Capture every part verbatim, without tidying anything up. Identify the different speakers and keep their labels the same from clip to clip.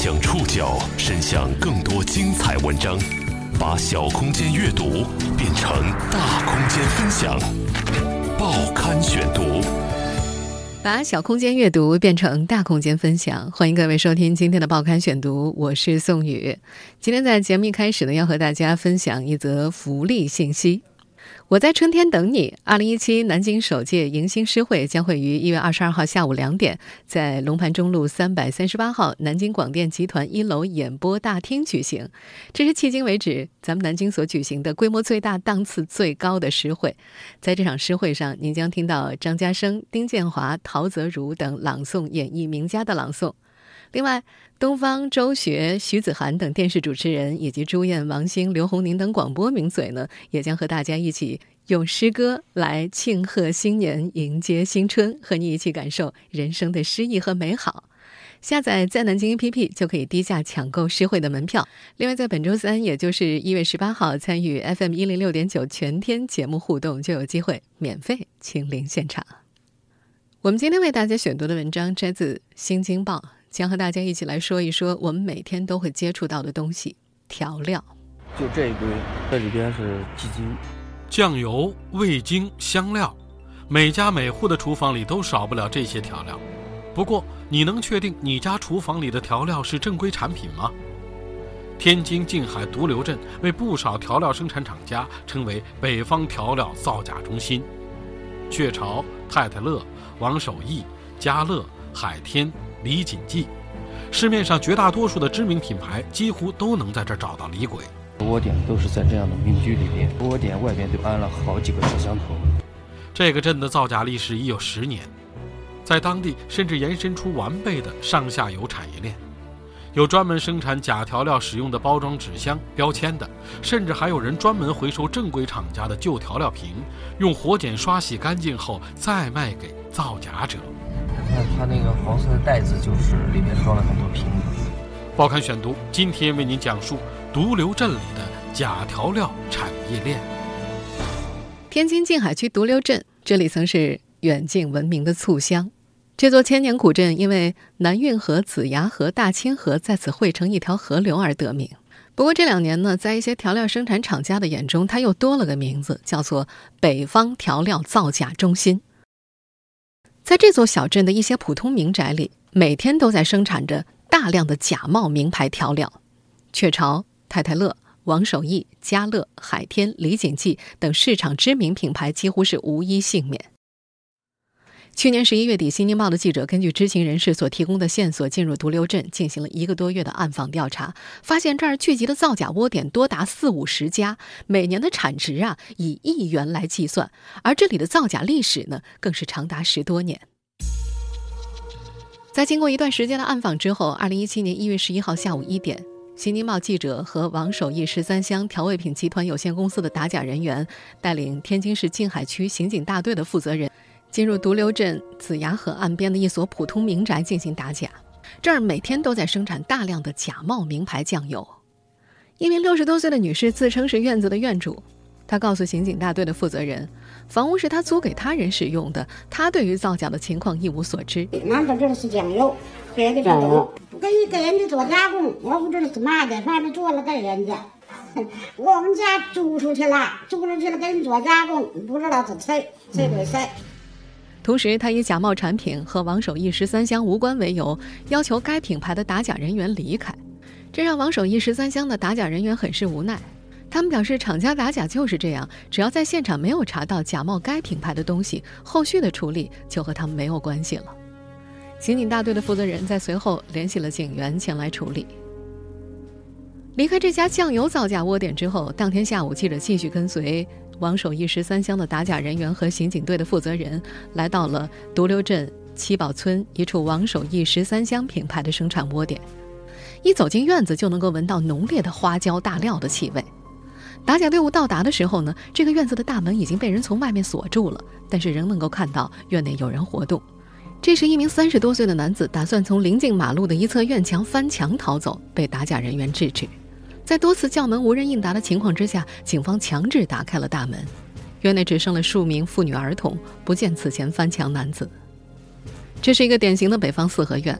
Speaker 1: 将触角伸向更多精彩文章，把小空间阅读变成大空间分享。报刊选读，
Speaker 2: 把小空间阅读变成大空间分享。欢迎各位收听今天的报刊选读，我是宋宇。今天在节目一开始呢，要和大家分享一则福利信息。我在春天等你。二零一七南京首届迎新诗会将会于一月二十二号下午两点，在龙盘中路三百三十八号南京广电集团一楼演播大厅举行。这是迄今为止咱们南京所举行的规模最大、档次最高的诗会。在这场诗会上，您将听到张家生、丁建华、陶泽如等朗诵演绎名家的朗诵。另外，东方、周学、徐子涵等电视主持人，以及朱燕、王兴、刘洪宁等广播名嘴呢，也将和大家一起用诗歌来庆贺新年，迎接新春，和你一起感受人生的诗意和美好。下载在南京 A P P 就可以低价抢购诗会的门票。另外，在本周三，也就是一月十八号，参与 F M 一零六点九全天节目互动，就有机会免费亲临现场。我们今天为大家选读的文章摘自《新京报》，将和大家一起来说一说我们每天都会接触到的东西——调料。
Speaker 3: 就这一堆，这里边是鸡精、
Speaker 4: 酱油、味精、香料，每家每户的厨房里都少不了这些调料。不过，你能确定你家厨房里的调料是正规产品吗？天津静海独流镇为不少调料生产厂家称为北方调料造假中心。雀巢、太太乐、王守义、家乐、海天、李锦记，市面上绝大多数的知名品牌几乎都能在这儿找到李鬼。
Speaker 3: 窝点都是在这样的民居里边，窝点外边都安了好几个摄像头。
Speaker 4: 这个镇的造假历史已有十年，在当地甚至延伸出完备的上下游产业链，有专门生产假调料使用的包装纸箱、标签的，甚至还有人专门回收正规厂家的旧调料瓶，用火碱刷洗干净后再卖给造假者。
Speaker 3: 看它那个黄色的袋子，就是里面装了很多瓶子。
Speaker 4: 报刊选读今天为您讲述独流镇里的假调料产业链。
Speaker 2: 天津静海区独流镇，这里曾是远近闻名的醋乡。这座千年古镇因为南运河、子牙河、大清河在此汇成一条河流而得名。不过这两年呢，在一些调料生产厂家的眼中，它又多了个名字，叫做北方调料造假中心。在这座小镇的一些普通民宅里，每天都在生产着大量的假冒名牌调料。雀巢、太太乐、王守义、家乐、海天、李锦记等市场知名品牌几乎是无一幸免。去年十一月底，新京报的记者根据知情人士所提供的线索，进入独流镇进行了一个多月的暗访调查，发现这儿聚集的造假窝点多达四五十家，每年的产值啊以亿元来计算，而这里的造假历史呢，更是长达十多年。在经过一段时间的暗访之后，二零一七年一月十一号下午一点，新京报记者和王守义十三香调味品集团有限公司的打假人员，带领天津市静海区刑警大队的负责人，进入独流镇子牙河岸边的一所普通民宅进行打假。这儿每天都在生产大量的假冒名牌酱油。一名六十多岁的女士自称是院子的院主，她告诉刑警大队的负责人，房屋是她租给他人使用的，她对于造假的情况一无所知。
Speaker 5: 俺这这是酱油，别的不懂，给给人家做加工，我不知道是嘛的，反正做了给人家。我们家租出去了，租出去了给人做加工，不知道是谁谁对谁。
Speaker 2: 同时，他以假冒产品和王守义十三香无关为由，要求该品牌的打假人员离开，这让王守义十三香的打假人员很是无奈。他们表示，厂家打假就是这样，只要在现场没有查到假冒该品牌的东西，后续的处理就和他们没有关系了。刑警大队的负责人在随后联系了警员前来处理。离开这家酱油造假窝点之后，当天下午，记者继续跟随王守义十三香的打假人员和刑警队的负责人，来到了独流镇七宝村一处王守义十三香品牌的生产窝点。一走进院子，就能够闻到浓烈的花椒大料的气味。打假队伍到达的时候呢，这个院子的大门已经被人从外面锁住了，但是仍能够看到院内有人活动。这时，一名三十多岁的男子打算从临近马路的一侧院墙翻墙逃走，被打假人员制止。在多次叫门无人应答的情况之下，警方强制打开了大门。院内只剩了数名妇女儿童，不见此前翻墙男子。这是一个典型的北方四合院，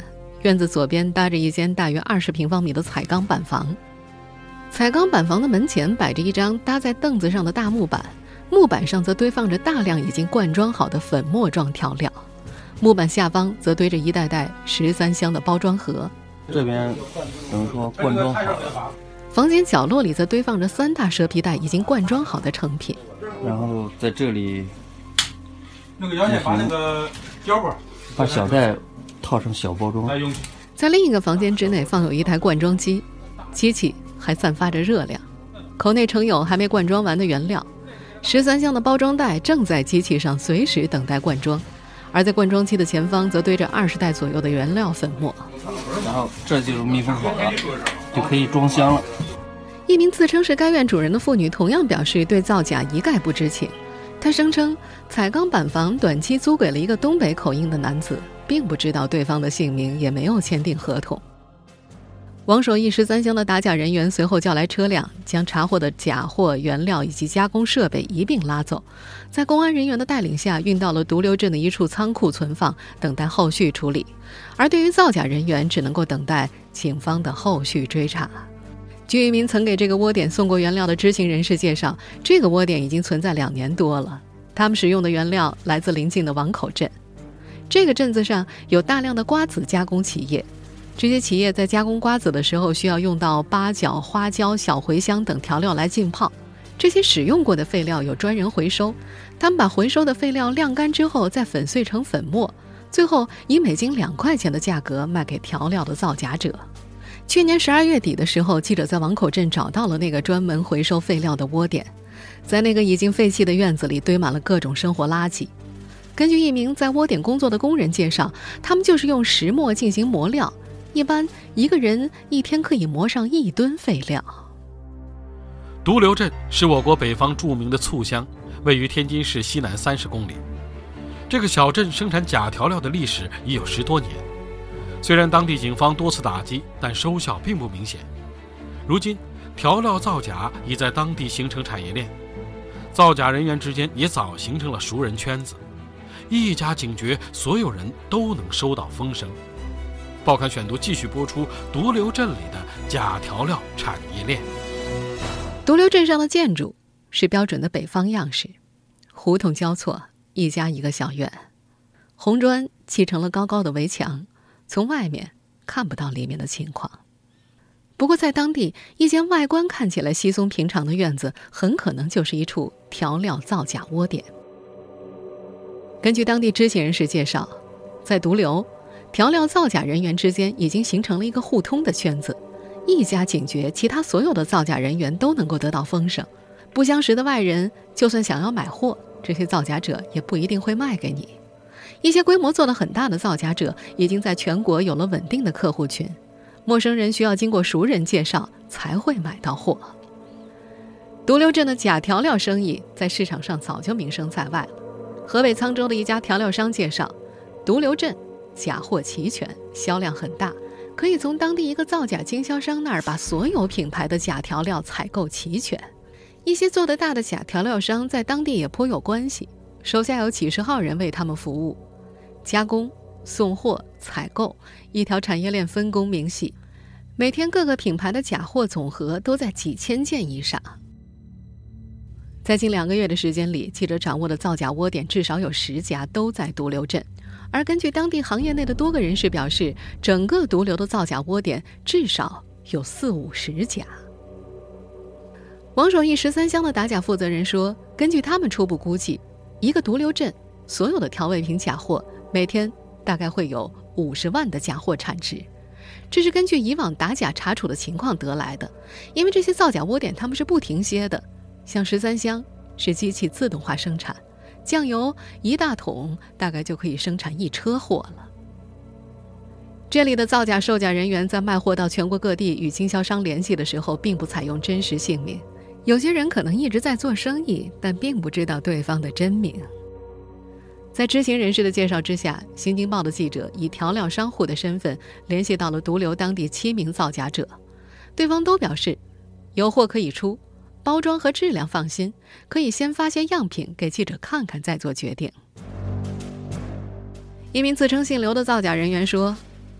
Speaker 2: 院子左边搭着一间大约二十平方米的彩钢板房。彩钢板房的门前摆着一张搭在凳子上的大木板，木板上则堆放着大量已经灌装好的粉末状调料，木板下方则堆着一袋袋十三香的包装盒。
Speaker 3: 这边等于说灌装好了。
Speaker 2: 房间角落里则堆放着三大蛇皮袋已经灌装好的成品。
Speaker 3: 然后在这里，
Speaker 6: 那个杨姐把那个胶包，
Speaker 3: 把小袋套成小包装。
Speaker 2: 在另一个房间之内放有一台灌装机，机器还散发着热量，口内盛有还没灌装完的原料。十三香的包装袋正在机器上随时等待灌装，而在灌装机的前方则堆着二十袋左右的原料粉末。
Speaker 3: 然后这就是密封好了，就可以装箱了。
Speaker 2: 一名自称是该院主人的妇女同样表示对造假一概不知情。她声称彩钢板房短期租给了一个东北口音的男子，并不知道对方的姓名，也没有签订合同。王守义十三香的打假人员随后叫来车辆，将查获的假货、原料以及加工设备一并拉走，在公安人员的带领下运到了独流镇的一处仓库存放，等待后续处理。而对于造假人员，只能够等待警方的后续追查。据一名曾给这个窝点送过原料的知情人士介绍，这个窝点已经存在两年多了，他们使用的原料来自邻近的王口镇。这个镇子上有大量的瓜子加工企业，这些企业在加工瓜子的时候需要用到八角、花椒、小茴香等调料来浸泡，这些使用过的废料有专人回收，他们把回收的废料晾干之后再粉碎成粉末，最后以每斤两块钱的价格卖给调料的造假者。去年十二月底的时候，记者在王口镇找到了那个专门回收废料的窝点，在那个已经废弃的院子里堆满了各种生活垃圾。根据一名在窝点工作的工人介绍，他们就是用石磨进行磨料，一般一个人一天可以磨上一吨废料。
Speaker 4: 独流镇是我国北方著名的醋乡，位于天津市西南三十公里。这个小镇生产假调料的历史已有十多年，虽然当地警方多次打击，但收效并不明显。如今调料造假已在当地形成产业链，造假人员之间也早形成了熟人圈子，一家警觉，所有人都能收到风声。报刊选读继续播出独流镇里的假调料产业链。
Speaker 2: 独流镇上的建筑是标准的北方样式，胡同交错，一家一个小院，红砖砌成了高高的围墙，从外面看不到里面的情况。不过在当地，一间外观看起来稀松平常的院子很可能就是一处调料造假窝点。根据当地知情人士介绍，在独流，调料造假人员之间已经形成了一个互通的圈子，一家警觉，其他所有的造假人员都能够得到风声。不相识的外人就算想要买货，这些造假者也不一定会卖给你。一些规模做得很大的造假者已经在全国有了稳定的客户群，陌生人需要经过熟人介绍才会买到货。独流镇的假调料生意在市场上早就名声在外了。河北沧州的一家调料商介绍，独流镇假货齐全，销量很大，可以从当地一个造假经销商那儿把所有品牌的假调料采购齐全。一些做得大的假调料商在当地也颇有关系，手下有几十号人为他们服务，加工、送货、采购，一条产业链分工明细，每天各个品牌的假货总和都在几千件以上。在近两个月的时间里，记者掌握的造假窝点至少有十家，都在独流镇。而根据当地行业内的多个人士表示，整个独流的造假窝点至少有四五十家。王守义十三香的打假负责人说，根据他们初步估计，一个独流镇所有的调味品假货每天大概会有五十万的假货产值。这是根据以往打假查处的情况得来的，因为这些造假窝点他们是不停歇的，像十三香是机器自动化生产，酱油一大桶大概就可以生产一车货了。这里的造假售假人员在卖货到全国各地与经销商联系的时候，并不采用真实姓名，有些人可能一直在做生意，但并不知道对方的真名。在知情人士的介绍之下，《新京报》的记者以调料商户的身份联系到了独流当地七名造假者，对方都表示有货可以出，包装和质量放心，可以先发些样品给记者看看再做决定。一名自称姓刘的造假人员说，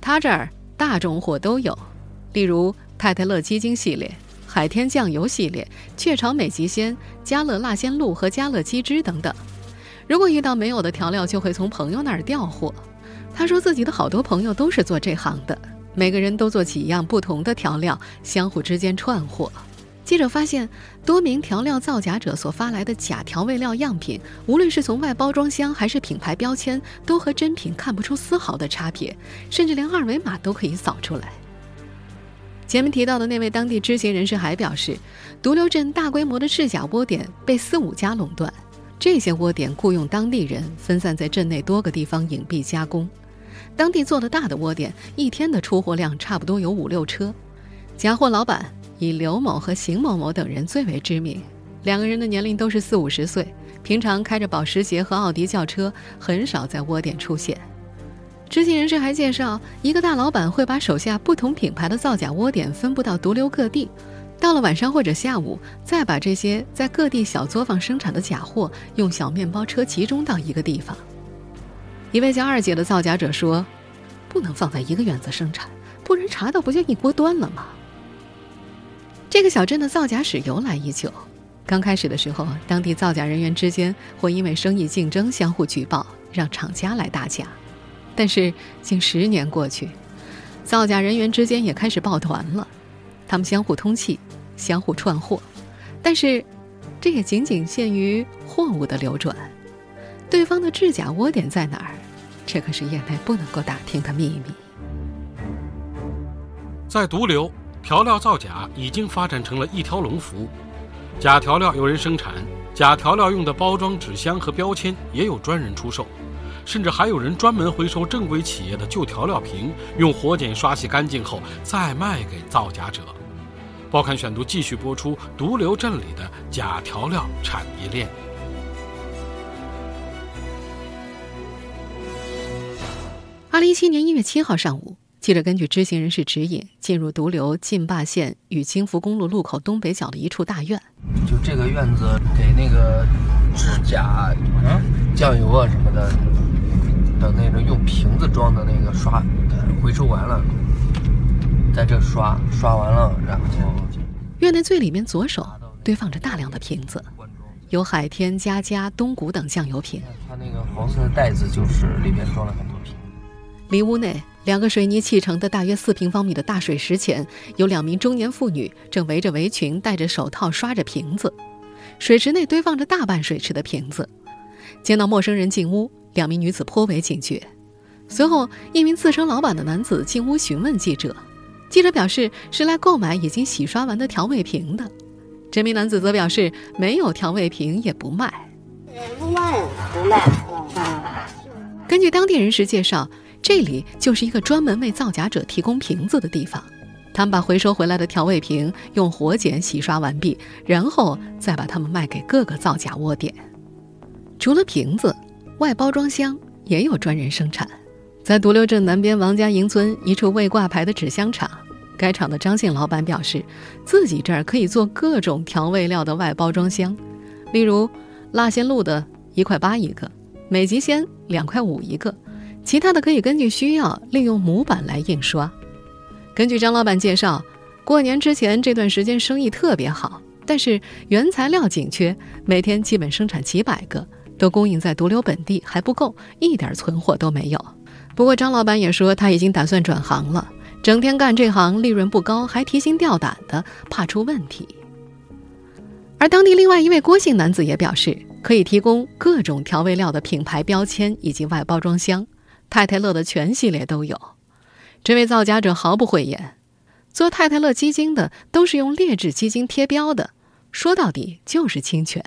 Speaker 2: 他这儿大众货都有，例如太太乐鸡精系列、海天酱油系列、雀巢美极鲜、家乐辣鲜露和家乐鸡汁等等。如果遇到没有的调料，就会从朋友那儿调货。他说自己的好多朋友都是做这行的，每个人都做几样不同的调料，相互之间串货。记者发现，多名调料造假者所发来的假调味料样品，无论是从外包装箱还是品牌标签，都和真品看不出丝毫的差别，甚至连二维码都可以扫出来。前面提到的那位当地知情人士还表示，独流镇大规模的制假窝点被四五家垄断，这些窝点雇佣当地人分散在镇内多个地方隐蔽加工。当地做的大的窝点，一天的出货量差不多有五六车。假货老板以刘某和邢某某等人最为知名，两个人的年龄都是四五十岁，平常开着保时捷和奥迪轿车，很少在窝点出现。知情人士还介绍，一个大老板会把手下不同品牌的造假窝点分布到独流各地，到了晚上或者下午，再把这些在各地小作坊生产的假货用小面包车集中到一个地方。一位叫二姐的造假者说，不能放在一个院子生产，不然查到不就一锅端了吗？这个小镇的造假史由来已久，刚开始的时候，当地造假人员之间会因为生意竞争相互举报，让厂家来打假。但是近十年过去，造假人员之间也开始抱团了，他们相互通气，相互串货，但是这也仅仅限于货物的流转，对方的制假窝点在哪儿，这可是业内不能够打听的秘密。
Speaker 4: 在独流，调料造假已经发展成了一条龙服务，假调料有人生产，假调料用的包装纸箱和标签也有专人出售，甚至还有人专门回收正规企业的旧调料瓶，用火碱刷洗干净后再卖给造假者。报刊选读继续播出独流镇里的假调料产业链。
Speaker 2: 二零一七年一月七号上午，记者根据知情人士指引，进入独流晋坝县与京福公路路口东北角的一处大院。
Speaker 3: 就这个院子给那个指甲、嗯、酱油啊什么的的那种用瓶子装的那个刷，回收完了，在这刷刷完了，然后
Speaker 2: 院内最里面左手堆放着大量的瓶子，有海天、家家、东谷等酱油瓶。
Speaker 3: 它那个黄色的袋子就是里面装了很多瓶。
Speaker 2: 离屋内两个水泥砌成的大约四平方米的大水池前，有两名中年妇女正围着围裙，戴着手套刷着瓶子。水池内堆放着大半水池的瓶子。见到陌生人进屋，两名女子颇为警觉。随后，一名自称老板的男子进屋询问记者，记者表示是来购买已经洗刷完的调味瓶的。这名男子则表示没有调味瓶，也不卖。
Speaker 5: 不卖，不卖。
Speaker 2: 根据当地人士介绍，这里就是一个专门为造假者提供瓶子的地方，他们把回收回来的调味瓶用火碱洗刷完毕，然后再把它们卖给各个造假窝点。除了瓶子，外包装箱也有专人生产。在独流镇南边王家营村一处未挂牌的纸箱厂，该厂的张姓老板表示，自己这儿可以做各种调味料的外包装箱，例如辣鲜露的一块八一个，美极鲜两块五一个，其他的可以根据需要利用模板来印刷。根据张老板介绍，过年之前这段时间生意特别好，但是原材料紧缺，每天基本生产几百个，都供应在独流本地还不够，一点存货都没有。不过张老板也说，他已经打算转行了，整天干这行利润不高，还提心吊胆的，怕出问题。而当地另外一位郭姓男子也表示，可以提供各种调味料的品牌标签以及外包装箱，太太乐的全系列都有。这位造假者毫不讳言，做太太乐鸡精的都是用劣质鸡精贴标的，说到底就是侵权。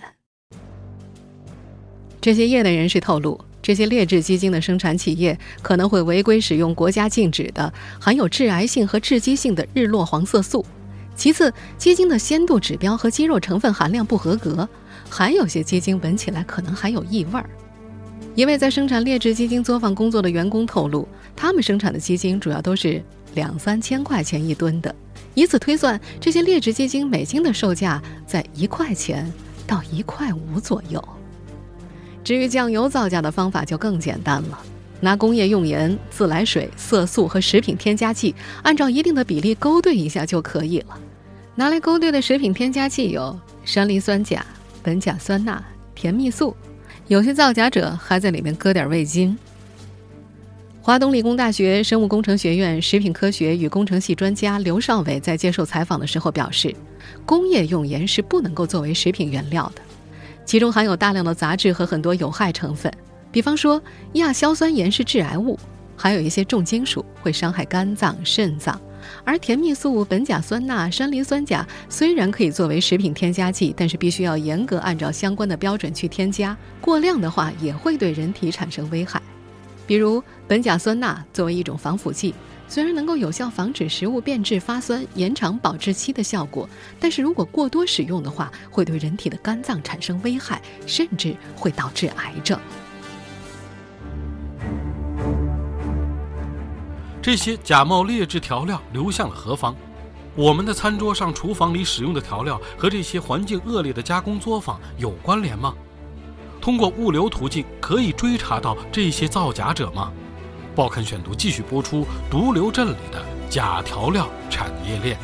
Speaker 2: 这些业内人士透露，这些劣质鸡精的生产企业可能会违规使用国家禁止的含有致癌性和致畸性的日落黄色素。其次，鸡精的鲜度指标和鸡肉成分含量不合格，还有些鸡精闻起来可能还有异味儿。一位在生产劣质鸡精作坊工作的员工透露，他们生产的鸡精主要都是两三千块钱一吨的，以此推算，这些劣质鸡精每斤的售价在一块钱到一块五左右。至于酱油造假的方法就更简单了， 拿工业用盐、自来水、色素和食品添加剂按照一定的比例勾兑一下就可以了。拿来勾兑的食品添加剂有山梨酸钾、苯甲酸钠、甜蜜素，有些造假者还在里面搁点味精。华东理工大学生物工程学院食品科学与工程系专家刘少伟在接受采访的时候表示，工业用盐是不能够作为食品原料的，其中含有大量的杂质和很多有害成分，比方说亚硝酸盐是致癌物，还有一些重金属会伤害肝脏、肾脏。而甜蜜素、苯甲酸钠、山梨酸钾虽然可以作为食品添加剂，但是必须要严格按照相关的标准去添加，过量的话也会对人体产生危害。比如苯甲酸钠作为一种防腐剂，虽然能够有效防止食物变质发酸、延长保质期的效果，但是如果过多使用的话，会对人体的肝脏产生危害，甚至会导致癌症。
Speaker 4: 这些假冒劣质调料流向了何方？我们的餐桌上、厨房里使用的调料和这些环境恶劣的加工作坊有关联吗？通过物流途径可以追查到这些造假者吗？报刊选读继续播出独流镇里的假调料产业链。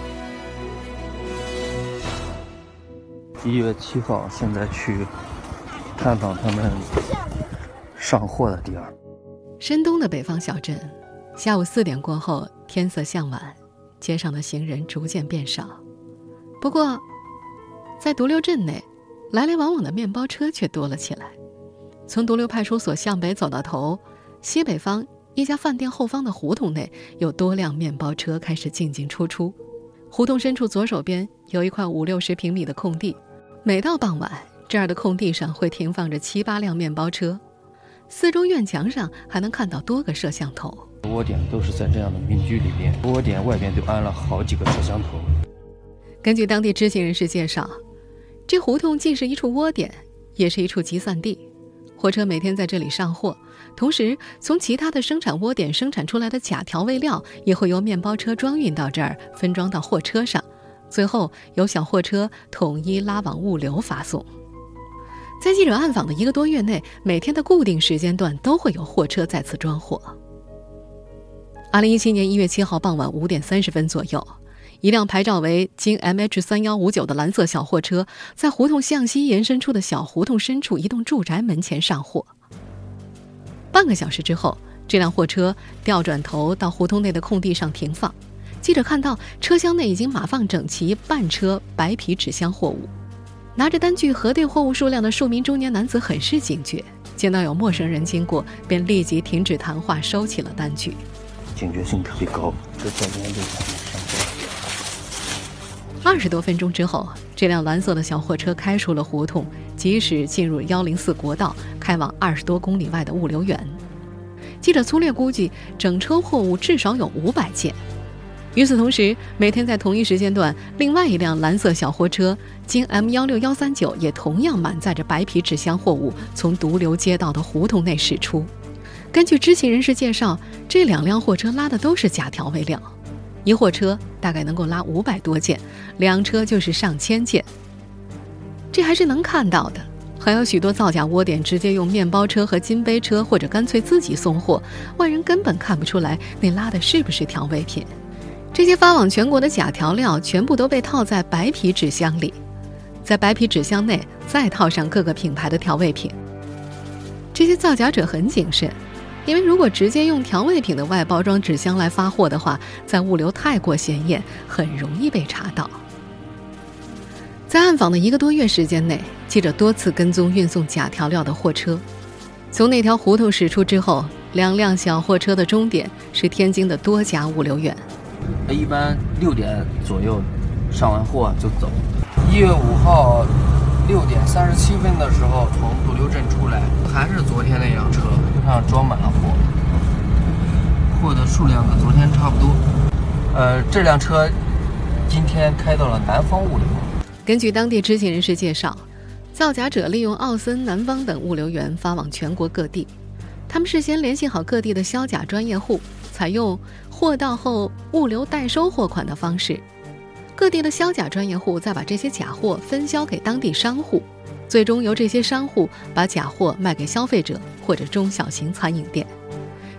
Speaker 7: 一月七号，现在去探访他们上货的地儿。
Speaker 2: 深东的北方小镇，下午四点过后，天色向晚，街上的行人逐渐变少。不过，在独流镇内，来来往往的面包车却多了起来。从独流派出所向北走到头，西北方一家饭店后方的胡同内，有多辆面包车开始进进出出。胡同深处左手边有一块五六十平米的空地，每到傍晚，这儿的空地上会停放着七八辆面包车，四周院墙上还能看到多个摄像头。
Speaker 7: 窝点都是在这样的民居里边，窝点外边就安了好几个摄像头。
Speaker 2: 根据当地知情人士介绍，这胡同既是一处窝点，也是一处集散地。货车每天在这里上货，同时从其他的生产窝点生产出来的假调味料也会由面包车装运到这儿，分装到货车上，最后由小货车统一拉往物流发送。在记者暗访的一个多月内，每天的固定时间段都会有货车在此装货。二零一七年一月七号傍晚五点三十分左右，一辆牌照为京 M H 三一五九的蓝色小货车在胡同向西延伸出的小胡同深处一栋住宅门前上货。半个小时之后，这辆货车调转头到胡同内的空地上停放。记者看到车厢内已经码放整齐半车白皮纸箱货物。拿着单据核对货物数量的数名中年男子很是警觉，见到有陌生人经过，便立即停止谈话，收起了单据。
Speaker 7: 警觉性特别高，这在这边就上货。
Speaker 2: 二十多分钟之后，这辆蓝色的小货车开出了胡同，疾驶进入一零四国道，开往二十多公里外的物流园。记者粗略估计，整车货物至少有五百件。与此同时，每天在同一时间段，另外一辆蓝色小货车京 M一六一三九也同样满载着白皮纸箱货物，从独流街道的胡同内驶出。根据知情人士介绍，这两辆货车拉的都是假调味料，一货车大概能够拉五百多件，两车就是上千件。这还是能看到的，还有许多造假窝点直接用面包车和金杯车，或者干脆自己送货，外人根本看不出来那拉的是不是调味品。这些发往全国的假调料全部都被套在白皮纸箱里，在白皮纸箱内再套上各个品牌的调味品。这些造假者很谨慎，因为如果直接用调味品的外包装纸箱来发货的话，在物流太过显眼，很容易被查到。在暗访的一个多月时间内，记者多次跟踪运送假调料的货车。从那条胡同驶出之后，两辆小货车的终点是天津的多家物流园。
Speaker 3: 一般六点左右上完货就走。一月五号六点三十七分的时候从独流镇出来，还是昨天那辆车上装满了货，货的数量跟昨天差不多。呃，这辆车今天开到了南方物流。
Speaker 2: 根据当地知情人士介绍，造假者利用奥森、南方等物流园发往全国各地。他们事先联系好各地的销假专业户，采用货到后物流代收货款的方式，各地的销假专业户再把这些假货分销给当地商户，最终由这些商户把假货卖给消费者或者中小型餐饮店。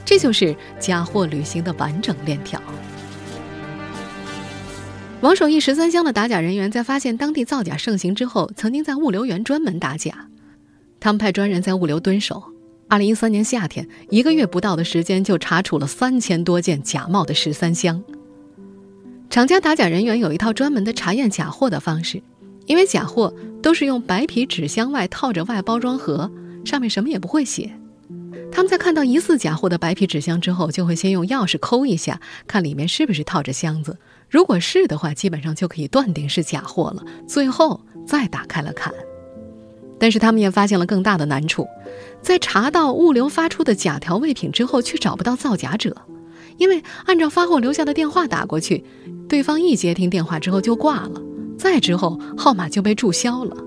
Speaker 2: 这就是假货旅行的完整链条。王守义十三乡的打假人员在发现当地造假盛行之后，曾经在物流园专门打假。他们派专人在物流蹲守，二零一三年夏天，一个月不到的时间就查处了三千多件假冒的十三箱。厂家打假人员有一套专门的查验假货的方式，因为假货都是用白皮纸箱外套着外包装盒，上面什么也不会写。他们在看到疑似假货的白皮纸箱之后，就会先用钥匙抠一下，看里面是不是套着箱子，如果是的话，基本上就可以断定是假货了，最后再打开了看。但是他们也发现了更大的难处，在查到物流发出的假条伪品之后，却找不到造假者，因为按照发货留下的电话打过去，对方一接听电话之后就挂了，再之后号码就被注销了。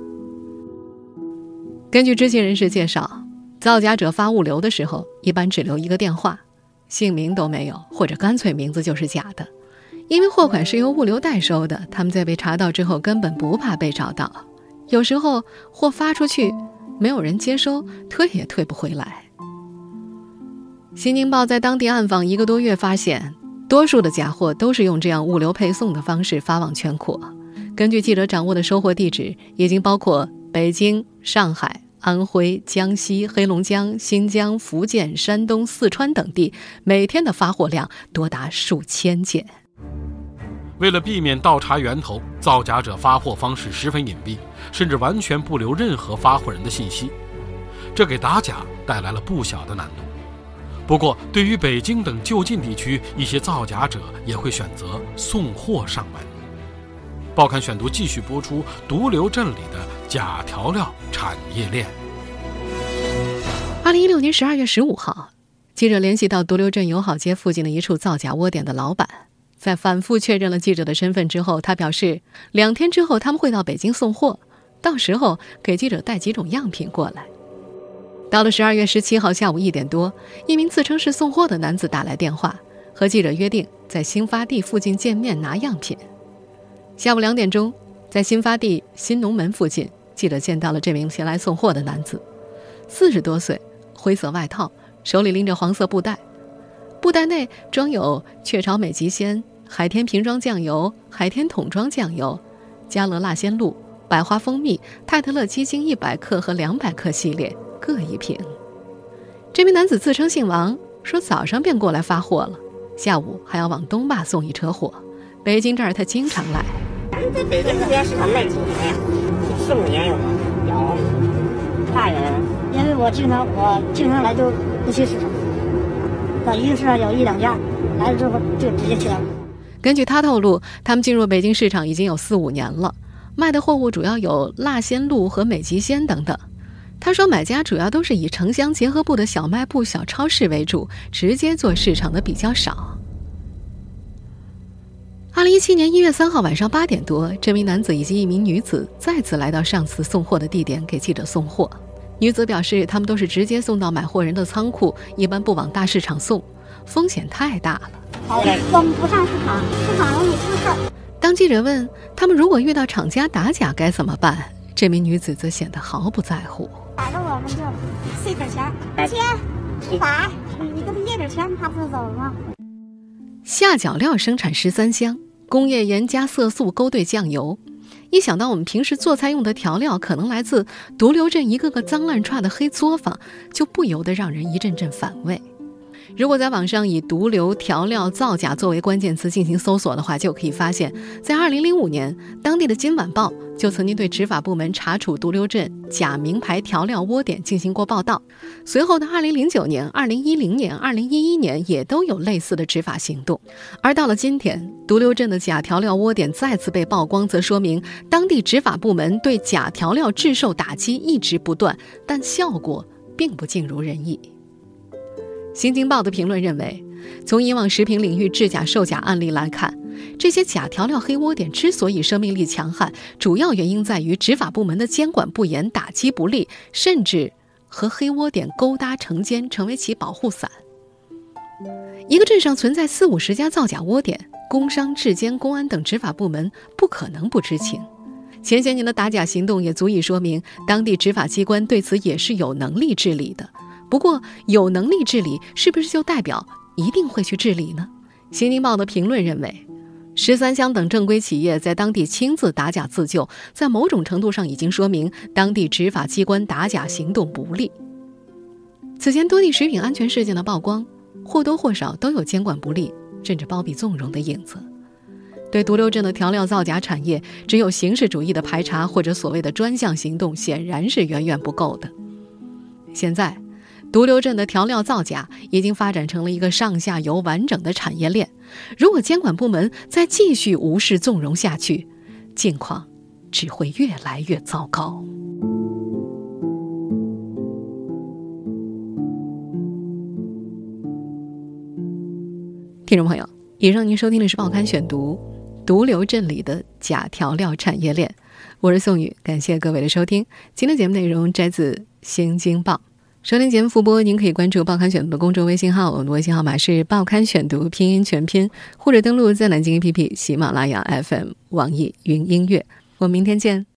Speaker 2: 根据知情人士介绍，造假者发物流的时候一般只留一个电话，姓名都没有，或者干脆名字就是假的。因为货款是由物流代收的，他们在被查到之后根本不怕被找到，有时候货发出去没有人接收，退也退不回来。新京报在当地暗访一个多月，发现多数的假货都是用这样物流配送的方式发往全国。根据记者掌握的收货地址，已经包括北京、上海、安徽、江西、黑龙江、新疆、福建、山东、四川等地，每天的发货量多达数千件。
Speaker 4: 为了避免倒查源头，造假者发货方式十分隐蔽，甚至完全不留任何发货人的信息，这给打假带来了不小的难度。不过，对于北京等就近地区，一些造假者也会选择送货上门。报刊选读继续播出独流镇里的假调料产业链。
Speaker 2: 二零一六年十二月十五号，记者联系到独流镇友好街附近的一处造假窝点的老板，在反复确认了记者的身份之后，他表示两天之后他们会到北京送货，到时候给记者带几种样品过来。到了十二月十七号下午一点多，一名自称是送货的男子打来电话，和记者约定在新发地附近见面拿样品。下午两点钟，在新发地新农门附近，记者见到了这名前来送货的男子，四十多岁，灰色外套，手里拎着黄色布袋，布袋内装有雀巢美极鲜、海天瓶装酱油、海天桶装酱油、嘉乐辣鲜露、百花蜂蜜、泰特乐鸡精一百克和两百克系列各一瓶。这名男子自称姓王，说早上便过来发货了，下午还要往东坝送一车货。北京这儿他经常来。
Speaker 5: 在北京这边市场卖几年？四五年有了，有大人，因为我经常我经常来就不去市场，到一个市场有一两家，来了之后就直接去了。
Speaker 2: 根据他透露，他们进入北京市场已经有四五年了，卖的货物主要有辣鲜露和美极鲜等等。他说买家主要都是以城乡结合部的小卖部、小超市为主，直接做市场的比较少。二零一七年一月三号晚上八点多，这名男子以及一名女子再次来到上次送货的地点给记者送货。女子表示，他们都是直接送到买货人的仓库，一般不往大市场送，风险太大了。
Speaker 5: 送不上市场，市场容易出事。
Speaker 2: 当记者问他们如果遇到厂家打假该怎么办，这名女子则显得毫不在乎。
Speaker 5: 打着我们就碎点钱，点钱，一百，你给他借点钱，他不走了吗？
Speaker 2: 下脚料生产十三香，工业盐加色素勾兑酱油。一想到我们平时做菜用的调料可能来自独流镇一个个脏乱差的黑作坊，就不由得让人一阵阵反胃。如果在网上以毒瘤调料造假作为关键词进行搜索的话，就可以发现，在二零零五年，当地的《今晚报》就曾经对执法部门查处独流镇假名牌调料窝点进行过报道。随后的二零零九年、二零一零年、二零一一年也都有类似的执法行动。而到了今天，独流镇的假调料窝点再次被曝光，则说明当地执法部门对假调料制售打击一直不断，但效果并不尽如人意。新京报的评论认为，从以往食品领域制假售假案例来看，这些假调料黑窝点之所以生命力强悍，主要原因在于执法部门的监管不严、打击不力，甚至和黑窝点勾搭成奸，成为其保护伞。一个镇上存在四五十家造假窝点，工商、质监、公安等执法部门不可能不知情。前些年的打假行动也足以说明，当地执法机关对此也是有能力治理的。 不过，有能力治理是不是就代表一定会去治理呢？新京报的评论认为，十三香等正规企业在当地亲自打假自救，在某种程度上已经说明当地执法机关打假行动不力。此前多地食品安全事件的曝光，或多或少都有监管不力甚至包庇纵容的影子。对独流镇的调料造假产业，只有形式主义的排查或者所谓的专项行动显然是远远不够的。现在独流镇的调料造假已经发展成了一个上下游完整的产业链，如果监管部门再继续无视纵容下去，境况只会越来越糟糕。听众朋友，以上您收听的是报刊选读，独流镇里的假调料产业链，我是宋宇，感谢各位的收听。今天节目内容摘自《新京报》，收听节目复播，您可以关注报刊选读的公众微信号，我们的微信号码是报刊选读拼音全拼，或者登录在南京 A P P、喜马拉雅 F M、网易云音乐。我们明天见。